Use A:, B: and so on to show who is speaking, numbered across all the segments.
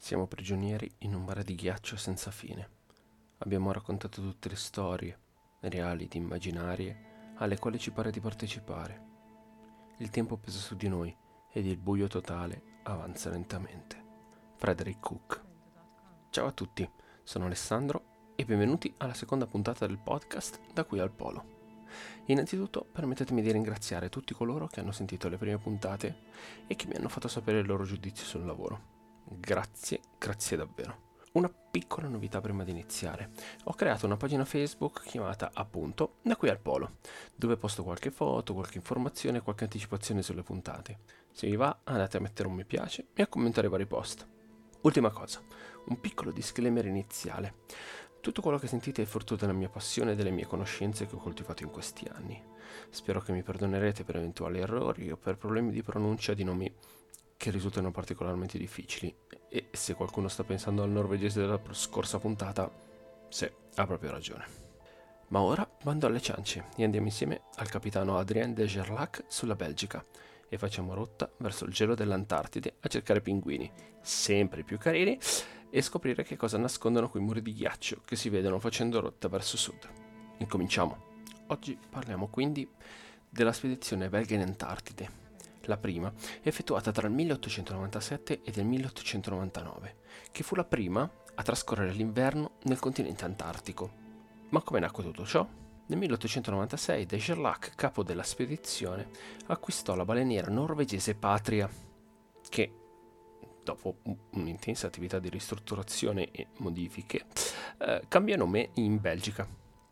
A: Siamo prigionieri in un mare di ghiaccio senza fine. Abbiamo raccontato tutte le storie, reali ed immaginarie, alle quali ci pare di partecipare. Il tempo pesa su di noi ed il buio totale avanza lentamente. Frederick Cook. Ciao a tutti, sono Alessandro e benvenuti alla seconda puntata del podcast Da qui al Polo. Innanzitutto permettetemi di ringraziare tutti coloro che hanno sentito le prime puntate e che mi hanno fatto sapere il loro giudizio sul lavoro. Grazie davvero. Una piccola novità prima di iniziare. Ho creato una pagina Facebook chiamata appunto Da qui al Polo, dove posto qualche foto, qualche informazione e qualche anticipazione sulle puntate. Se vi va, andate a mettere un mi piace e a commentare i vari post. Ultima cosa, un piccolo disclaimer iniziale. Tutto quello che sentite è frutto della mia passione e delle mie conoscenze che ho coltivato in questi anni. Spero che mi perdonerete per eventuali errori o per problemi di pronuncia di nomi che risultano particolarmente difficili. E se qualcuno sta pensando al norvegese della scorsa puntata, sì, ha proprio ragione. Ma ora bando alle ciance e andiamo insieme al capitano Adrien de Gerlache sulla Belgica e facciamo rotta verso il gelo dell'Antartide a cercare pinguini, sempre più carini, e scoprire che cosa nascondono quei muri di ghiaccio che si vedono facendo rotta verso sud. Incominciamo. Oggi parliamo quindi della spedizione belga in Antartide, la prima effettuata tra il 1897 ed il 1899, che fu la prima a trascorrere l'inverno nel continente antartico. Ma come nacque tutto ciò? Nel 1896 de Gerlache, capo della spedizione, acquistò la baleniera norvegese Patria, che, dopo un'intensa attività di ristrutturazione e modifiche, cambia nome in Belgica.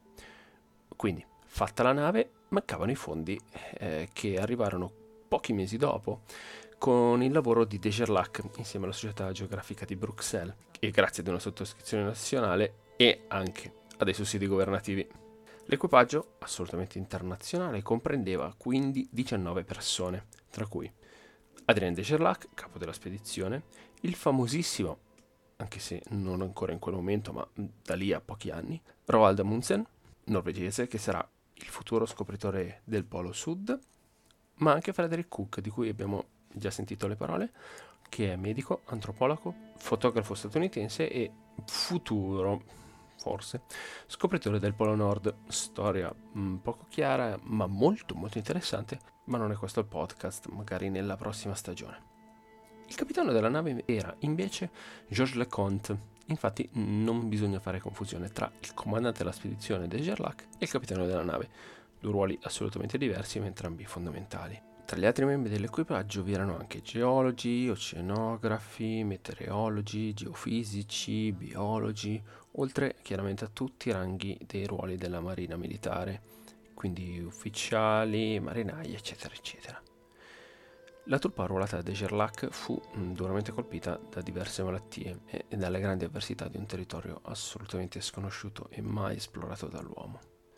A: Quindi, fatta la nave, mancavano i fondi che arrivarono pochi mesi dopo con il lavoro di de Gerlache insieme alla Società Geografica di Bruxelles e grazie ad una sottoscrizione nazionale e anche a dei sussidi governativi. L'equipaggio, assolutamente internazionale, comprendeva quindi 19 persone, tra cui Adrien de Gerlache, capo della spedizione, il famosissimo, anche se non ancora in quel momento, ma da lì a pochi anni, Roald Amundsen, norvegese, che sarà il futuro scopritore del Polo Sud, ma anche Frederick Cook, di cui abbiamo già sentito le parole, che è medico, antropologo, fotografo statunitense e futuro, forse, scopritore del Polo Nord. Storia poco chiara, ma molto interessante, ma non è questo il podcast, magari nella prossima stagione. Il capitano della nave era invece Georges Leconte. Infatti non bisogna fare confusione tra il comandante della spedizione de Gerlache e il capitano della nave, due ruoli assolutamente diversi ma entrambi fondamentali. Tra gli altri membri dell'equipaggio vi erano anche geologi, oceanografi, meteorologi, geofisici, biologi, oltre chiaramente a tutti i ranghi dei ruoli della marina militare, quindi ufficiali, marinai, eccetera, eccetera. La truppa arruolata da de Gerlache fu duramente colpita da diverse malattie e dalle grandi avversità di un territorio assolutamente sconosciuto e mai esplorato dall'uomo.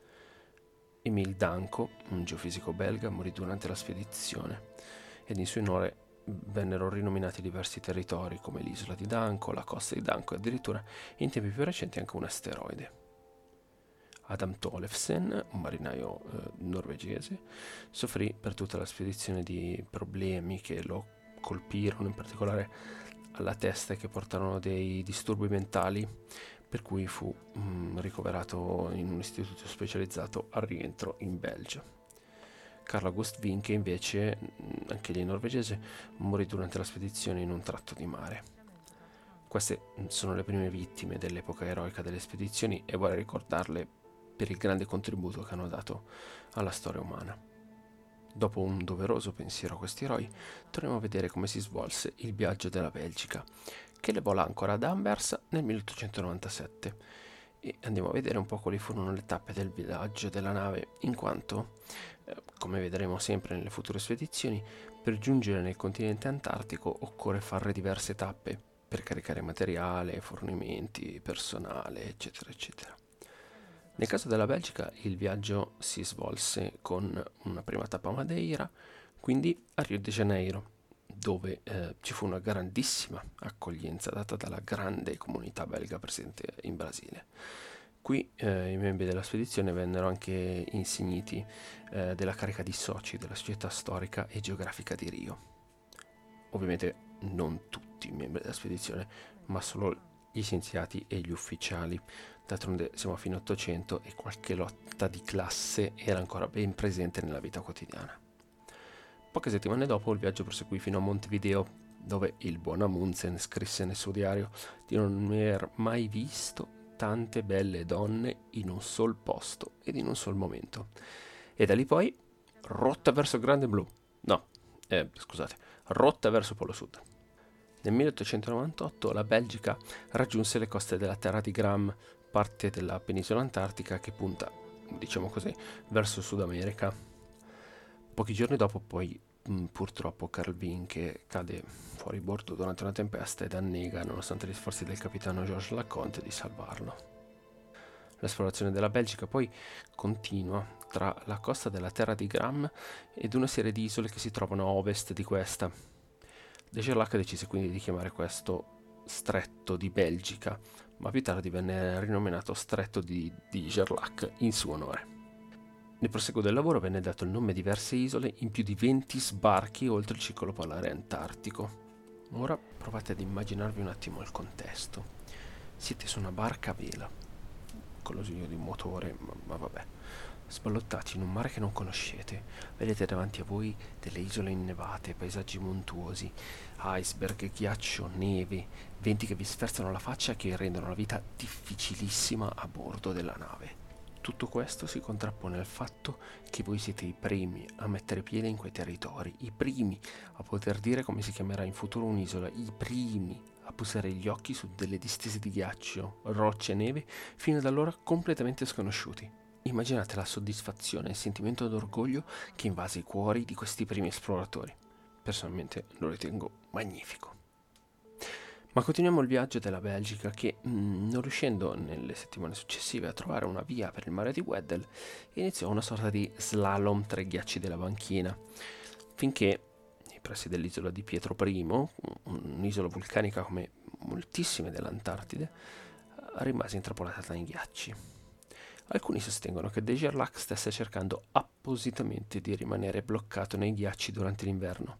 A: Émile Danco, un geofisico belga, morì durante la spedizione ed in suo onore vennero rinominati diversi territori come l'isola di Danco, la costa di Danco e addirittura in tempi più recenti anche un asteroide. Adam Tollefsen, un marinaio norvegese, soffrì per tutta la spedizione di problemi che lo colpirono, in particolare alla testa, e che portarono dei disturbi mentali, per cui fu ricoverato in un istituto specializzato al rientro in Belgio. Carl August Winke invece, anche lì norvegese, morì durante la spedizione in un tratto di mare. Queste sono le prime vittime dell'epoca eroica delle spedizioni e vorrei ricordarle per il grande contributo che hanno dato alla storia umana. Dopo un doveroso pensiero a questi eroi, torniamo a vedere come si svolse il viaggio della Belgica, che levò l'ancora ad Anvers nel 1897, e andiamo a vedere un po' quali furono le tappe del viaggio della nave, in quanto, come vedremo sempre nelle future spedizioni, per giungere nel continente antartico occorre fare diverse tappe per caricare materiale, fornimenti, personale, eccetera, eccetera. Nel caso della Belgica il viaggio si svolse con una prima tappa a Madeira, quindi a Rio de Janeiro, dove ci fu una grandissima accoglienza data dalla grande comunità belga presente in Brasile. Qui i membri della spedizione vennero anche insigniti della carica di soci della Società Storica e Geografica di Rio. Ovviamente non tutti. tutti i membri della spedizione, ma solo gli scienziati e gli ufficiali. D'altronde siamo a fine 800 e qualche lotta di classe era ancora ben presente nella vita quotidiana. Poche settimane dopo il viaggio proseguì fino a Montevideo, dove il buon Amundsen scrisse nel suo diario di non aver mai visto tante belle donne in un sol posto ed in un sol momento. E da lì poi rotta verso Grande Blu. Scusate, rotta verso Polo Sud. Nel 1898 la Belgica raggiunse le coste della terra di Gram, parte della penisola antartica che punta, diciamo così, verso Sud America. Pochi giorni dopo poi purtroppo Carl Vinck cade fuori bordo durante una tempesta ed annega nonostante gli sforzi del capitano Georges Laconte di salvarlo. L'esplorazione della Belgica poi continua tra la costa della terra di Gram ed una serie di isole che si trovano a ovest di questa. De Gerlache decise quindi di chiamare questo Stretto di Belgica, ma più tardi venne rinominato Stretto di Gerlache in suo onore. Nel proseguo del lavoro venne dato il nome a diverse isole in più di 20 sbarchi oltre il circolo polare antartico. Ora provate ad immaginarvi un attimo il contesto. Siete su una barca a vela, con l'ausilio di un motore, ma vabbè, sballottati in un mare che non conoscete. Vedete davanti a voi delle isole innevate, paesaggi montuosi, iceberg, ghiaccio, neve, venti che vi sferzano la faccia e che rendono la vita difficilissima a bordo della nave. Tutto questo si contrappone al fatto che voi siete i primi a mettere piede in quei territori, i primi a poter dire come si chiamerà in futuro un'isola, i primi a posare gli occhi su delle distese di ghiaccio, rocce e neve fino ad allora completamente sconosciuti. Immaginate la soddisfazione e il sentimento d'orgoglio che invase i cuori di questi primi esploratori. Personalmente lo ritengo magnifico. Ma continuiamo il viaggio della Belgica che, non riuscendo nelle settimane successive a trovare una via per il mare di Weddell, iniziò una sorta di slalom tra i ghiacci della banchina, finché, nei pressi dell'isola di Pietro I, un'isola vulcanica come moltissime dell'Antartide, rimase intrappolata nei ghiacci. Alcuni sostengono che de Gerlache stesse cercando appositamente di rimanere bloccato nei ghiacci durante l'inverno.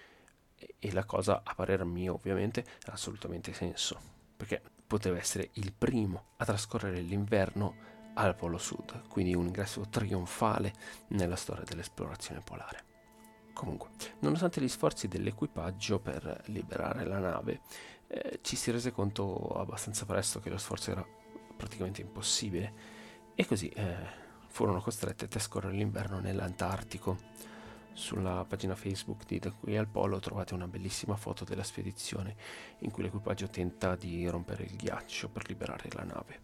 A: E la cosa, a parer mio ovviamente, ha assolutamente senso, perché poteva essere il primo a trascorrere l'inverno al Polo Sud, quindi un ingresso trionfale nella storia dell'esplorazione polare. Comunque, nonostante gli sforzi dell'equipaggio per liberare la nave, ci si rese conto abbastanza presto che lo sforzo era praticamente impossibile e così furono costretti a trascorrere l'inverno nell'Antartico. Sulla pagina Facebook di Da qui al Polo trovate una bellissima foto della spedizione in cui l'equipaggio tenta di rompere il ghiaccio per liberare la nave.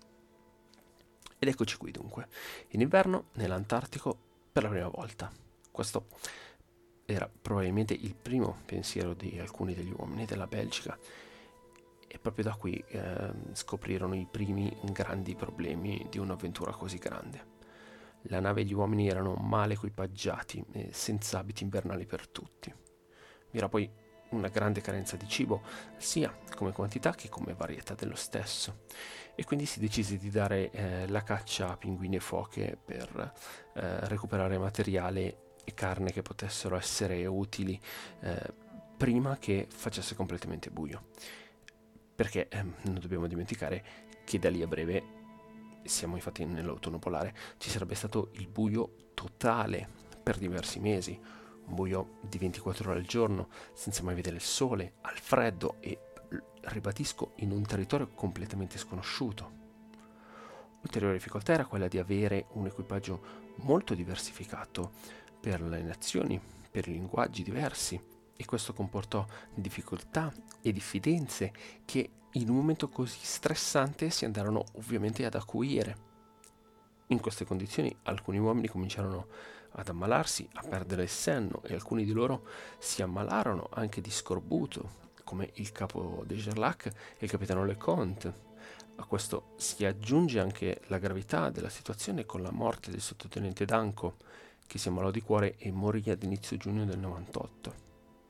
A: Ed eccoci qui dunque, in inverno nell'Antartico per la prima volta. Questo era probabilmente il primo pensiero di alcuni degli uomini della Belgica e proprio da qui scoprirono i primi grandi problemi di un'avventura così grande. La nave e gli uomini erano male equipaggiati e senza abiti invernali per tutti. Vi era poi una grande carenza di cibo, sia come quantità che come varietà dello stesso, e quindi si decise di dare la caccia a pinguini e foche per recuperare materiale e carne che potessero essere utili prima che facesse completamente buio. Perché non dobbiamo dimenticare che da lì a breve, siamo infatti nell'autunno polare, ci sarebbe stato il buio totale per diversi mesi, un buio di 24 ore al giorno, senza mai vedere il sole, al freddo e, ribadisco, in un territorio completamente sconosciuto. Ulteriore difficoltà era quella di avere un equipaggio molto diversificato per le nazioni, per i linguaggi diversi, e questo comportò difficoltà e diffidenze che in un momento così stressante si andarono ovviamente ad acuire. In queste condizioni alcuni uomini cominciarono ad ammalarsi, a perdere il senno e alcuni di loro si ammalarono anche di scorbuto, come il capo de Gerlache e il capitano Leconte. A questo si aggiunge anche la gravità della situazione con la morte del sottotenente Danco, che si ammalò di cuore e morì ad inizio giugno del 98.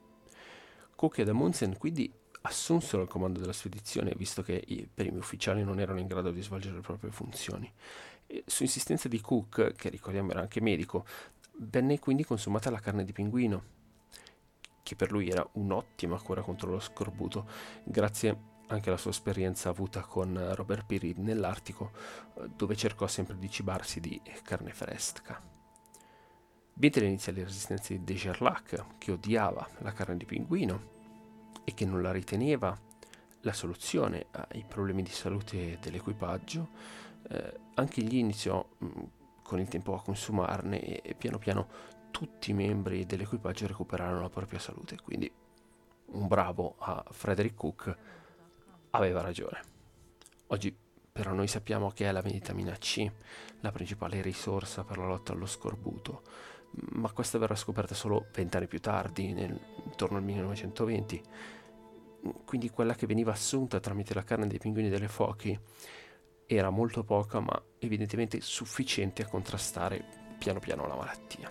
A: Cook ed Amundsen quindi assunsero il comando della spedizione, visto che i primi ufficiali non erano in grado di svolgere le proprie funzioni. E su insistenza di Cook, che ricordiamo era anche medico, venne quindi consumata la carne di pinguino, che per lui era un'ottima cura contro lo scorbuto, grazie anche alla sua esperienza avuta con Robert Peary nell'Artico, dove cercò sempre di cibarsi di carne fresca. Vide le iniziali resistenze di Gerlach, che odiava la carne di pinguino e che non la riteneva la soluzione ai problemi di salute dell'equipaggio, anche egli iniziò con il tempo a consumarne e piano piano tutti i membri dell'equipaggio recuperarono la propria salute. Quindi un bravo a Frederick Cook aveva ragione. Oggi però noi sappiamo che è la vitamina C la principale risorsa per la lotta allo scorbuto, ma questa verrà scoperta solo 20 anni più tardi, intorno al 1920. Quindi quella che veniva assunta tramite la carne dei pinguini e delle foche era molto poca, ma evidentemente sufficiente a contrastare piano piano la malattia.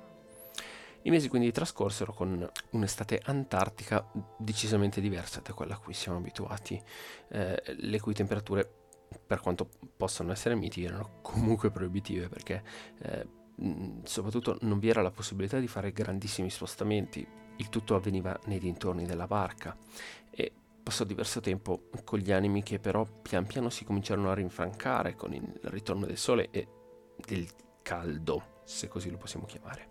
A: I mesi quindi trascorsero con un'estate antartica decisamente diversa da quella a cui siamo abituati, le cui temperature, per quanto possano essere miti, erano comunque proibitive, perché soprattutto non vi era la possibilità di fare grandissimi spostamenti. Il tutto avveniva nei dintorni della barca e passò diverso tempo con gli animi che però pian piano si cominciarono a rinfrancare con il ritorno del sole e del caldo, se così lo possiamo chiamare.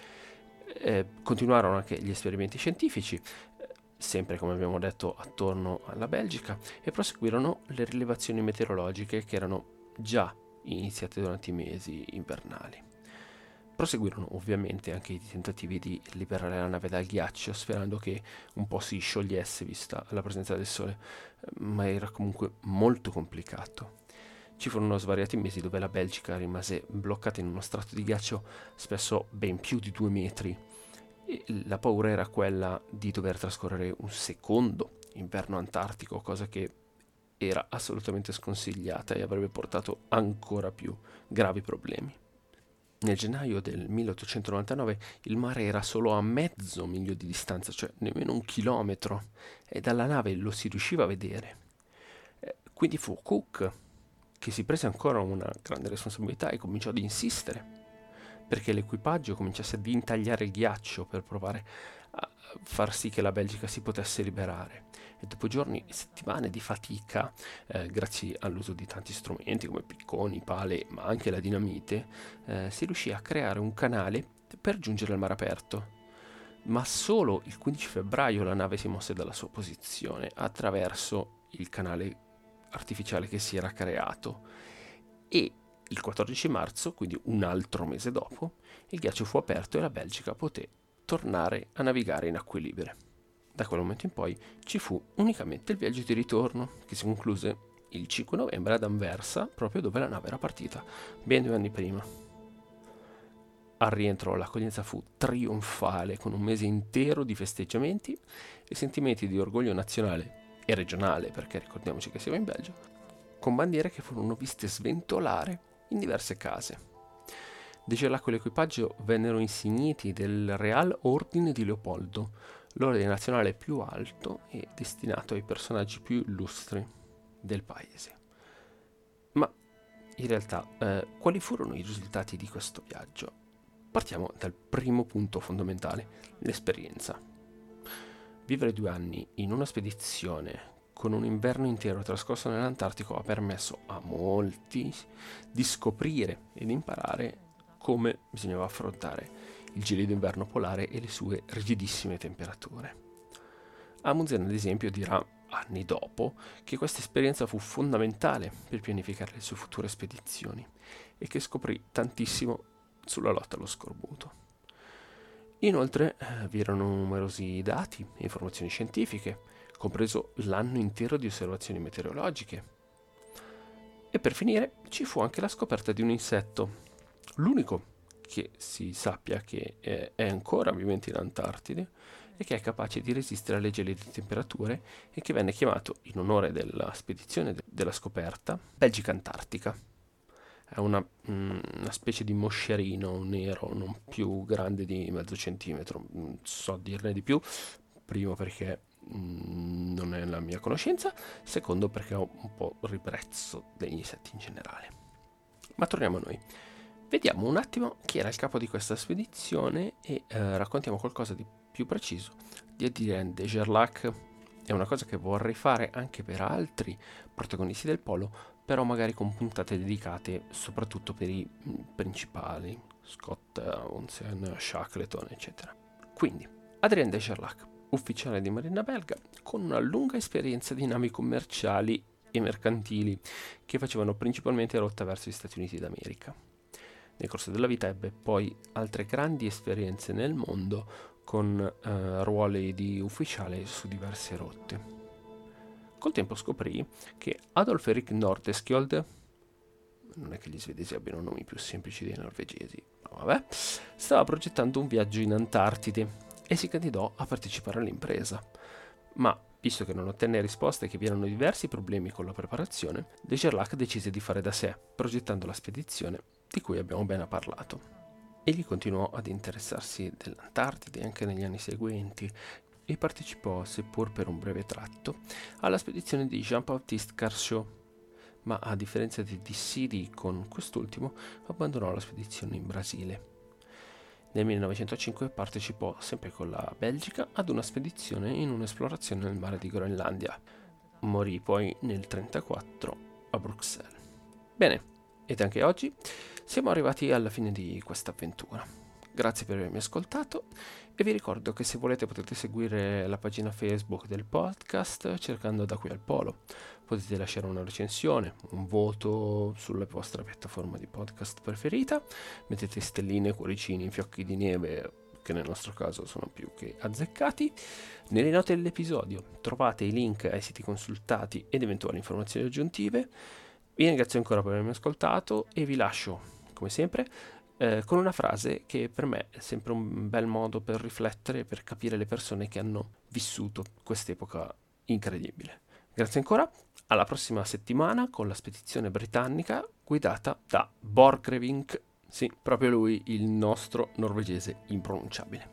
A: Continuarono anche gli esperimenti scientifici, sempre come abbiamo detto attorno alla Belgica, e proseguirono le rilevazioni meteorologiche che erano già iniziate durante i mesi invernali. Proseguirono ovviamente anche i tentativi di liberare la nave dal ghiaccio, sperando che un po' si sciogliesse vista la presenza del sole, ma era comunque molto complicato. Ci furono svariati mesi dove la Belgica rimase bloccata in uno strato di ghiaccio spesso ben più di 2 metri, e la paura era quella di dover trascorrere un secondo inverno antartico, cosa che era assolutamente sconsigliata e avrebbe portato ancora più gravi problemi. Nel gennaio del 1899 il mare era solo a mezzo miglio di distanza, cioè nemmeno 1 chilometro, e dalla nave lo si riusciva a vedere. Quindi fu Cook che si prese ancora una grande responsabilità e cominciò ad insistere perché l'equipaggio cominciasse ad intagliare il ghiaccio per provare a far sì che la Belgica si potesse liberare. E dopo giorni e settimane di fatica, grazie all'uso di tanti strumenti come picconi, pale, ma anche la dinamite, si riuscì a creare un canale per giungere al mare aperto. Ma solo il 15 febbraio la nave si mosse dalla sua posizione attraverso il canale artificiale che si era creato, e il 14 marzo, quindi un altro mese dopo, il ghiaccio fu aperto e la Belgica poté tornare a navigare in acque libere. Da quel momento in poi ci fu unicamente il viaggio di ritorno, che si concluse il 5 novembre ad Anversa, proprio dove la nave era partita, ben 2 anni prima. Al rientro l'accoglienza fu trionfale, con un mese intero di festeggiamenti e sentimenti di orgoglio nazionale e regionale, perché ricordiamoci che siamo in Belgio, con bandiere che furono viste sventolare in diverse case. De Gerlach e l'equipaggio vennero insigniti del Real Ordine di Leopoldo, l'ordine nazionale più alto e destinato ai personaggi più illustri del paese. Ma in realtà, quali furono i risultati di questo viaggio? Partiamo dal primo punto fondamentale, l'esperienza. Vivere 2 anni in una spedizione con un inverno intero trascorso nell'Antartico ha permesso a molti di scoprire ed imparare come bisognava affrontare il gelido inverno polare e le sue rigidissime temperature. Amundsen, ad esempio, dirà anni dopo che questa esperienza fu fondamentale per pianificare le sue future spedizioni e che scoprì tantissimo sulla lotta allo scorbuto. Inoltre vi erano numerosi dati e informazioni scientifiche, compreso l'anno intero di osservazioni meteorologiche. E per finire ci fu anche la scoperta di un insetto, l'unico che si sappia che è ancora vivente in Antartide e che è capace di resistere alle gelide temperature e che venne chiamato, in onore della spedizione della scoperta, Belgica Antartica. È una specie di moscerino nero non più grande di mezzo centimetro, non so dirne di più, primo perché non è la mia conoscenza, secondo perché ho un po' ribrezzo degli insetti in generale. Ma torniamo a noi. Vediamo un attimo chi era il capo di questa spedizione e raccontiamo qualcosa di più preciso di Adrien de Gerlache. È una cosa che vorrei fare anche per altri protagonisti del polo, però magari con puntate dedicate soprattutto per i principali, Scott Townsend, Shackleton, eccetera. Quindi, Adrien de Gerlache, ufficiale di marina belga, con una lunga esperienza di navi commerciali e mercantili che facevano principalmente rotta verso gli Stati Uniti d'America. Nel corso della vita ebbe poi altre grandi esperienze nel mondo con ruoli di ufficiale su diverse rotte. Col tempo scoprì che Adolf Erik Nordeskjold, non è che gli svedesi abbiano nomi più semplici dei norvegesi, ma vabbè, stava progettando un viaggio in Antartide e si candidò a partecipare all'impresa. Ma, visto che non ottenne risposte e che vi erano diversi problemi con la preparazione, de Gerlache decise di fare da sé, progettando la spedizione di cui abbiamo appena parlato. Egli continuò ad interessarsi dell'Antartide anche negli anni seguenti e partecipò, seppur per un breve tratto, alla spedizione di Jean-Baptiste Carchot, ma a differenza di Dissidi con quest'ultimo abbandonò la spedizione in Brasile. Nel 1905 partecipò, sempre con la Belgica, ad una spedizione in un'esplorazione nel mare di Groenlandia. Morì poi nel 1934 a Bruxelles. Bene, ed anche oggi siamo arrivati alla fine di questa avventura. Grazie per avermi ascoltato e vi ricordo che se volete potete seguire la pagina Facebook del podcast cercando Da qui al Polo. Potete lasciare una recensione, un voto sulla vostra piattaforma di podcast preferita, mettete stelline, cuoricini, fiocchi di neve, che nel nostro caso sono più che azzeccati. Nelle note dell'episodio trovate i link ai siti consultati ed eventuali informazioni aggiuntive. Vi ringrazio ancora per avermi ascoltato e vi lascio, come sempre, con una frase che per me è sempre un bel modo per riflettere e per capire le persone che hanno vissuto quest'epoca incredibile. Grazie ancora, alla prossima settimana con la spedizione britannica guidata da Borchgrevink, sì, proprio lui, il nostro norvegese impronunciabile.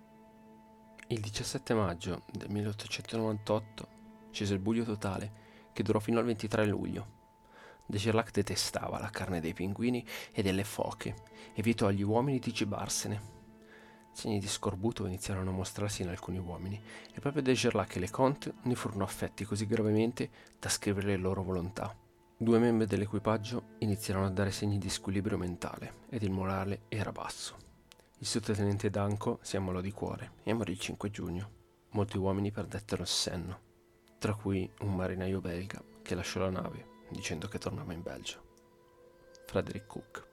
A: Il 17 maggio del 1898 scese il buio totale che durò fino al 23 luglio. De Gerlache detestava la carne dei pinguini e delle foche e vietò agli uomini di cibarsene. Segni di scorbuto iniziarono a mostrarsi in alcuni uomini e proprio De Gerlache e Leconte ne furono affetti così gravemente da scrivere le loro volontà. 2 membri dell'equipaggio iniziarono a dare segni di squilibrio mentale ed il morale era basso. Il sottotenente Danko si ammalò di cuore e morì il 5 giugno. Molti uomini perdettero il senno, tra cui un marinaio belga che lasciò la nave dicendo che tornava in Belgio. Frederick Cook.